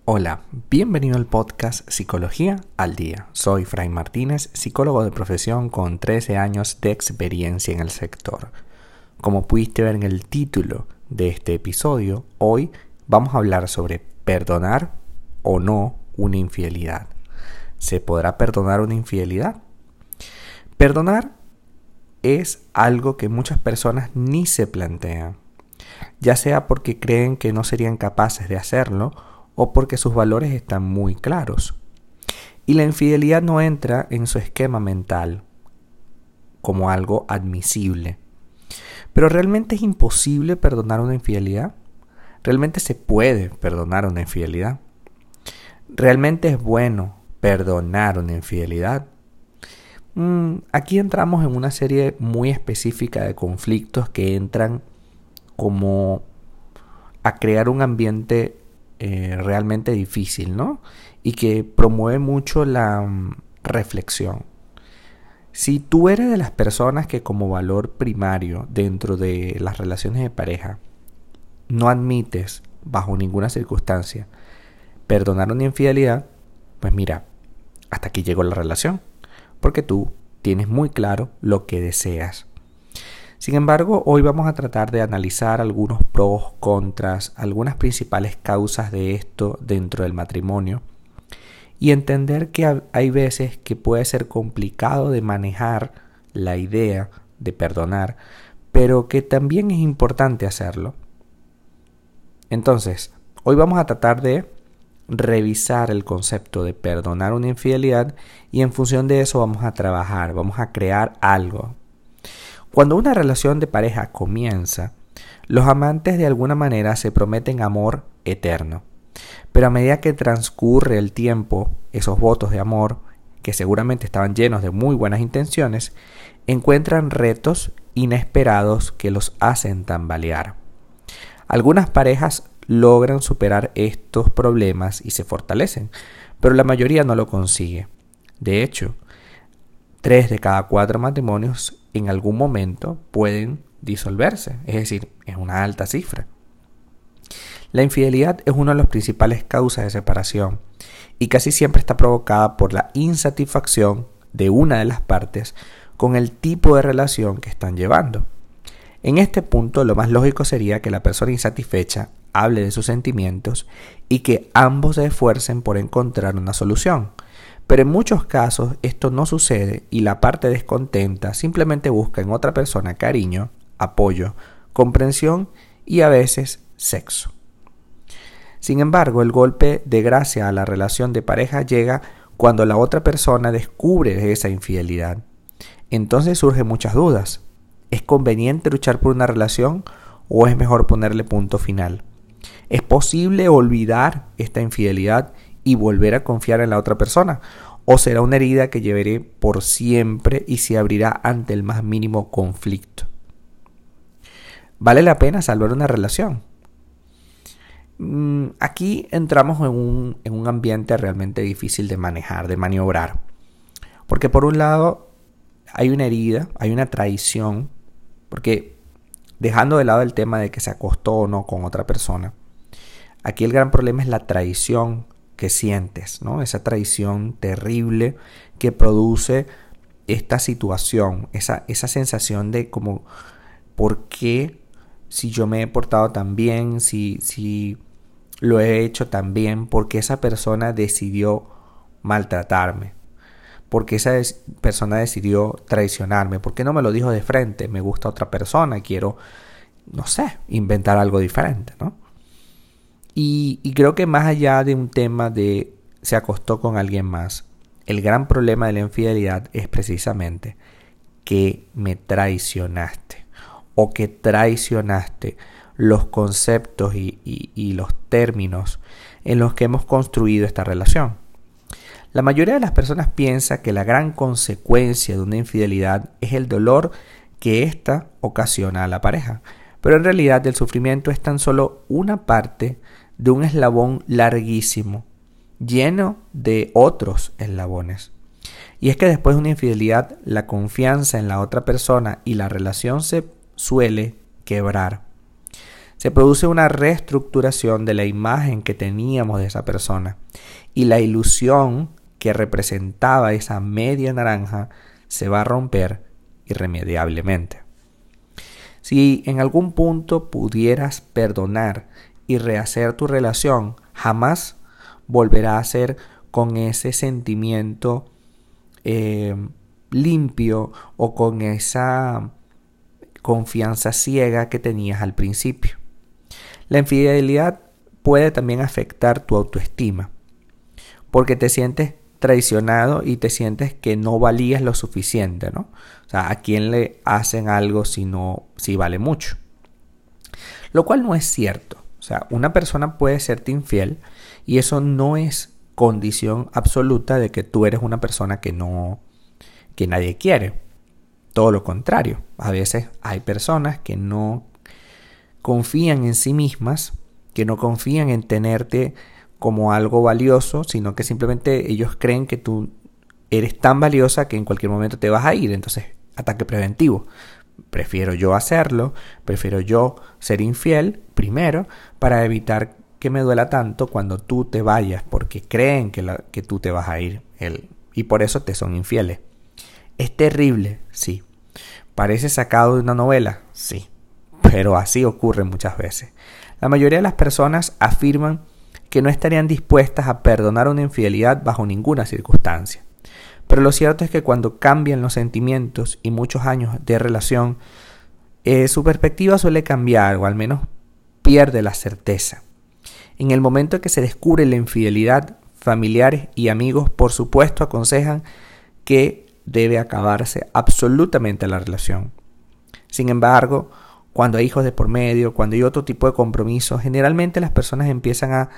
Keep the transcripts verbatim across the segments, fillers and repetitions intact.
Hola, bienvenido al podcast Psicología al Día. Soy Fray Martínez, psicólogo de profesión con trece años de experiencia en el sector. Como pudiste ver en el título de este episodio, hoy vamos a hablar sobre perdonar o no una infidelidad. ¿Se podrá perdonar una infidelidad? Perdonar es algo que muchas personas ni se plantean, ya sea porque creen que no serían capaces de hacerlo o porque sus valores están muy claros. Y la infidelidad no entra en su esquema mental como algo admisible. Pero ¿realmente es imposible perdonar una infidelidad? ¿Realmente se puede perdonar una infidelidad? ¿Realmente es bueno perdonar una infidelidad? Mm, aquí entramos en una serie muy específica de conflictos que entran como a crear un ambiente Eh, realmente difícil, ¿no? Y que promueve mucho la um, reflexión. Si tú eres de las personas que como valor primario dentro de las relaciones de pareja no admites bajo ninguna circunstancia perdonar una infidelidad, pues mira, hasta aquí llegó la relación, porque tú tienes muy claro lo que deseas. Sin embargo, hoy vamos a tratar de analizar algunos pros, contras, algunas principales causas de esto dentro del matrimonio y entender que hay veces que puede ser complicado de manejar la idea de perdonar, pero que también es importante hacerlo. Entonces, hoy vamos a tratar de revisar el concepto de perdonar una infidelidad y en función de eso vamos a trabajar, vamos a crear algo. Cuando una relación de pareja comienza, los amantes de alguna manera se prometen amor eterno. Pero a medida que transcurre el tiempo, esos votos de amor, que seguramente estaban llenos de muy buenas intenciones, encuentran retos inesperados que los hacen tambalear. Algunas parejas logran superar estos problemas y se fortalecen, pero la mayoría no lo consigue. De hecho, tres de cada cuatro matrimonios en algún momento pueden disolverse, es decir, es una alta cifra. La infidelidad es una de las principales causas de separación y casi siempre está provocada por la insatisfacción de una de las partes con el tipo de relación que están llevando. En este punto, lo más lógico sería que la persona insatisfecha hable de sus sentimientos y que ambos se esfuercen por encontrar una solución. Pero en muchos casos esto no sucede y la parte descontenta simplemente busca en otra persona cariño, apoyo, comprensión y a veces sexo. Sin embargo, el golpe de gracia a la relación de pareja llega cuando la otra persona descubre esa infidelidad. Entonces surgen muchas dudas. ¿Es conveniente luchar por una relación o es mejor ponerle punto final? ¿Es posible olvidar esta infidelidad y volver a confiar en la otra persona? ¿O será una herida que llevaré por siempre y se abrirá ante el más mínimo conflicto? ¿Vale la pena salvar una relación? Mm, aquí entramos en un, en un ambiente realmente difícil de manejar, de maniobrar. Porque por un lado hay una herida, hay una traición, porque dejando de lado el tema de que se acostó o no con otra persona, aquí el gran problema es la traición que sientes, ¿no? Esa traición terrible que produce esta situación, esa, esa sensación de como, ¿por qué si yo me he portado tan bien, si, si lo he hecho tan bien, por qué esa persona decidió maltratarme? ¿Por qué esa des- persona decidió traicionarme? ¿Por qué no me lo dijo de frente? Me gusta otra persona, quiero, no sé, inventar algo diferente, ¿no? Y, y creo que más allá de un tema de se acostó con alguien más, el gran problema de la infidelidad es precisamente que me traicionaste o que traicionaste los conceptos y, y, y los términos en los que hemos construido esta relación. La mayoría de las personas piensa que la gran consecuencia de una infidelidad es el dolor que ésta ocasiona a la pareja, pero en realidad el sufrimiento es tan solo una parte de un eslabón larguísimo, lleno de otros eslabones. Y es que después de una infidelidad, la confianza en la otra persona y la relación se suele quebrar. Se produce una reestructuración de la imagen que teníamos de esa persona y la ilusión que representaba esa media naranja se va a romper irremediablemente. Si en algún punto pudieras perdonar y rehacer tu relación, jamás volverá a ser con ese sentimiento eh, limpio o con esa confianza ciega que tenías al principio. La infidelidad puede también afectar tu autoestima, porque te sientes traicionado y te sientes que no valías lo suficiente, ¿no? O sea, ¿a quién le hacen algo si no, si vale mucho? Lo cual no es cierto. O sea, una persona puede serte infiel y eso no es condición absoluta de que tú eres una persona que no, que nadie quiere. Todo lo contrario. A veces hay personas que no confían en sí mismas, que no confían en tenerte como algo valioso, sino que simplemente ellos creen que tú eres tan valiosa que en cualquier momento te vas a ir. Entonces, ataque preventivo. Prefiero yo hacerlo, prefiero yo ser infiel primero para evitar que me duela tanto cuando tú te vayas, porque creen que, la, que tú te vas a ir el, y por eso te son infieles. ¿Es terrible? Sí. ¿Parece sacado de una novela? Sí. Pero así ocurre muchas veces. La mayoría de las personas afirman que no estarían dispuestas a perdonar una infidelidad bajo ninguna circunstancia. Pero lo cierto es que cuando cambian los sentimientos y muchos años de relación, eh, su perspectiva suele cambiar, o al menos pierde la certeza. En el momento en que se descubre la infidelidad, familiares y amigos, por supuesto, aconsejan que debe acabarse absolutamente la relación. Sin embargo, cuando hay hijos de por medio, cuando hay otro tipo de compromisos, generalmente las personas empiezan a,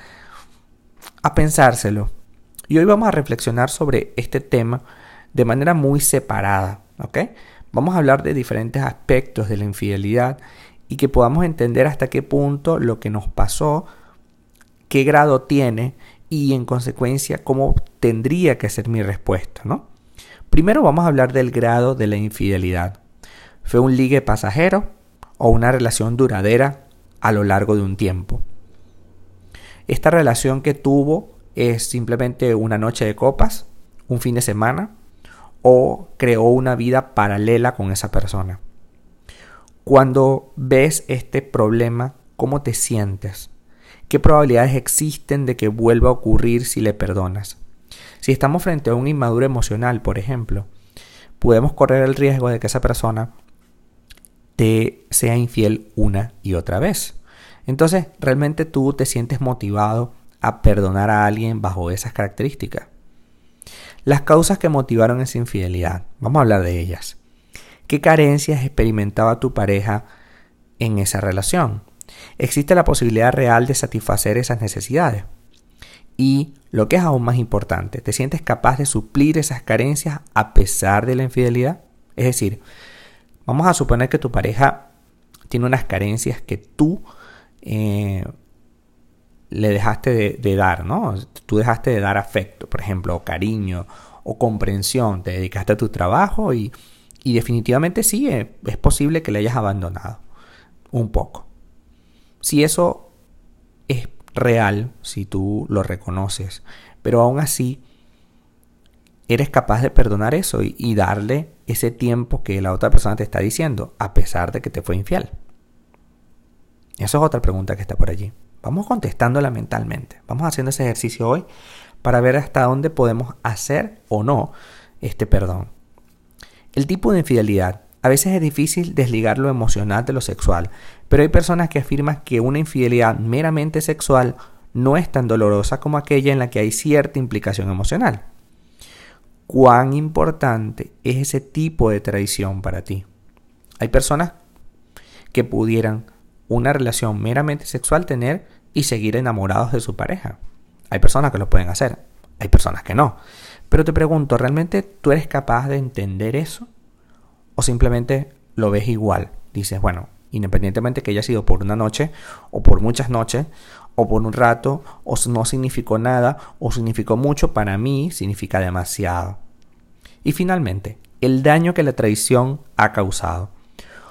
a pensárselo. Y hoy vamos a reflexionar sobre este tema de manera muy separada, ¿ok? Vamos a hablar de diferentes aspectos de la infidelidad y que podamos entender hasta qué punto lo que nos pasó, qué grado tiene y en consecuencia cómo tendría que ser mi respuesta, ¿no? Primero vamos a hablar del grado de la infidelidad. ¿Fue un ligue pasajero o una relación duradera a lo largo de un tiempo? Esta relación que tuvo es simplemente una noche de copas, un fin de semana, o creó una vida paralela con esa persona. Cuando ves este problema, ¿cómo te sientes? ¿Qué probabilidades existen de que vuelva a ocurrir si le perdonas? Si estamos frente a un inmaduro emocional, por ejemplo, podemos correr el riesgo de que esa persona te sea infiel una y otra vez. Entonces, ¿realmente tú te sientes motivado a perdonar a alguien bajo esas características? Las causas que motivaron esa infidelidad, vamos a hablar de ellas. ¿Qué carencias experimentaba tu pareja en esa relación? ¿Existe la posibilidad real de satisfacer esas necesidades? Y lo que es aún más importante, ¿te sientes capaz de suplir esas carencias a pesar de la infidelidad? Es decir, vamos a suponer que tu pareja tiene unas carencias que tú eh, le dejaste de, de dar, ¿no? Tú dejaste de dar afecto, por ejemplo, o cariño o comprensión, te dedicaste a tu trabajo y, y definitivamente sí, eh, es posible que le hayas abandonado un poco. Si eso es real, si tú lo reconoces, pero aún así eres capaz de perdonar eso y, y darle ese tiempo que la otra persona te está diciendo, a pesar de que te fue infiel. Esa es otra pregunta que está por allí. Vamos contestándola mentalmente. Vamos haciendo ese ejercicio hoy para ver hasta dónde podemos hacer o no este perdón. El tipo de infidelidad. A veces es difícil desligar lo emocional de lo sexual, pero hay personas que afirman que una infidelidad meramente sexual no es tan dolorosa como aquella en la que hay cierta implicación emocional. ¿Cuán importante es ese tipo de traición para ti? Hay personas que pudieran una relación meramente sexual tener y seguir enamorados de su pareja. Hay personas que lo pueden hacer, hay personas que no. Pero te pregunto, ¿realmente tú eres capaz de entender eso? ¿O simplemente lo ves igual? Dices, bueno, independientemente que haya sido por una noche, o por muchas noches, o por un rato, o no significó nada, o significó mucho, para mí significa demasiado. Y finalmente, el daño que la traición ha causado.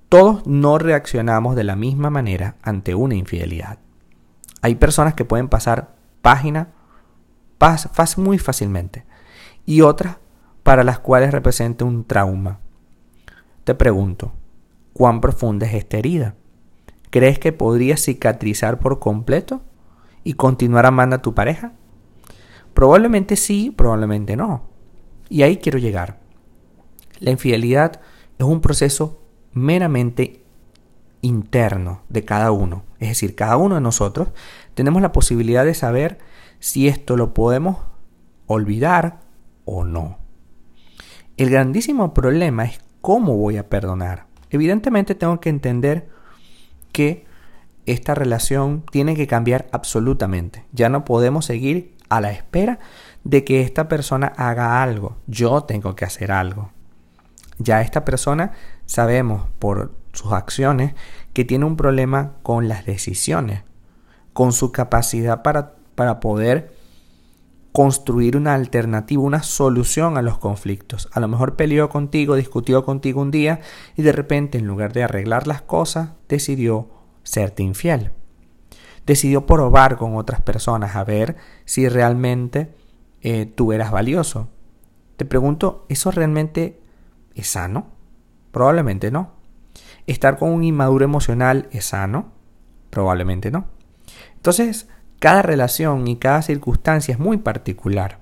Todos no reaccionamos de la misma manera ante una infidelidad. Hay personas que pueden pasar página pas, pas muy fácilmente y otras para las cuales representa un trauma. Te pregunto, ¿cuán profunda es esta herida? ¿Crees que podría cicatrizar por completo y continuar amando a tu pareja? Probablemente sí, probablemente no. Y ahí quiero llegar. La infidelidad es un proceso meramente interno de cada uno. Es decir, cada uno de nosotros tenemos la posibilidad de saber si esto lo podemos olvidar o no. El grandísimo problema es cómo voy a perdonar. Evidentemente tengo que entender que esta relación tiene que cambiar absolutamente. Ya no podemos seguir a la espera de que esta persona haga algo. Yo tengo que hacer algo. Ya esta persona sabemos por sus acciones que tiene un problema con las decisiones, con su capacidad para, para poder construir una alternativa, una solución a los conflictos. A lo mejor peleó contigo, discutió contigo un día y de repente, en lugar de arreglar las cosas, decidió serte infiel. Decidió probar con otras personas a ver si realmente eh, tú eras valioso. Te pregunto, ¿eso realmente es sano? Probablemente no. ¿Estar con un inmaduro emocional es sano? Probablemente no. Entonces, cada relación y cada circunstancia es muy particular.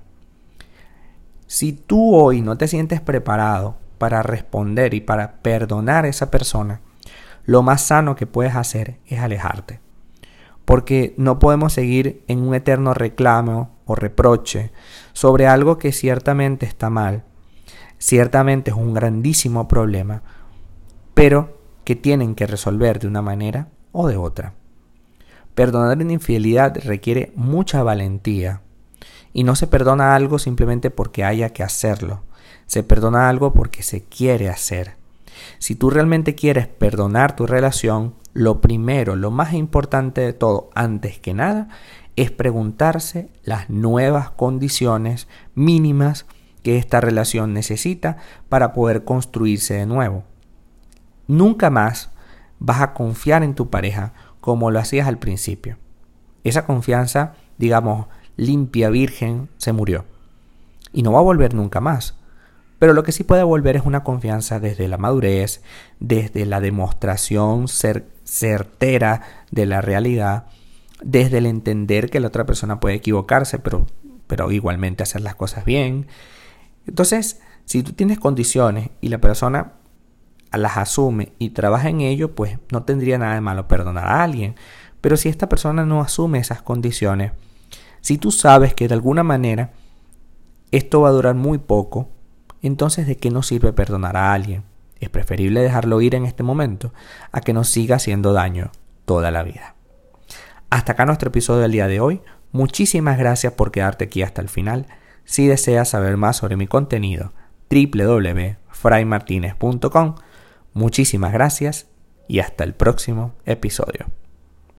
Si tú hoy no te sientes preparado para responder y para perdonar a esa persona, lo más sano que puedes hacer es alejarte. Porque no podemos seguir en un eterno reclamo o reproche sobre algo que ciertamente está mal, ciertamente es un grandísimo problema, pero que tienen que resolver de una manera o de otra. Perdonar una infidelidad requiere mucha valentía y no se perdona algo simplemente porque haya que hacerlo. Se perdona algo porque se quiere hacer. Si tú realmente quieres perdonar tu relación, lo primero, lo más importante de todo, antes que nada, es preguntarse las nuevas condiciones mínimas que esta relación necesita para poder construirse de nuevo. Nunca más vas a confiar en tu pareja como lo hacías al principio. Esa confianza, digamos, limpia, virgen, se murió. Y no va a volver nunca más. Pero lo que sí puede volver es una confianza desde la madurez, desde la demostración cer- certera de la realidad, desde el entender que la otra persona puede equivocarse, pero, pero igualmente hacer las cosas bien. Entonces, si tú tienes condiciones y la persona las asume y trabaja en ello, pues no tendría nada de malo perdonar a alguien. Pero si esta persona no asume esas condiciones, si tú sabes que de alguna manera esto va a durar muy poco, entonces ¿de qué nos sirve perdonar a alguien? Es preferible dejarlo ir en este momento a que nos siga haciendo daño toda la vida. Hasta acá nuestro episodio del día de hoy. Muchísimas gracias por quedarte aquí hasta el final. Si deseas saber más sobre mi contenido, doble u doble u doble u punto fray martinez punto com. Muchísimas gracias y hasta el próximo episodio.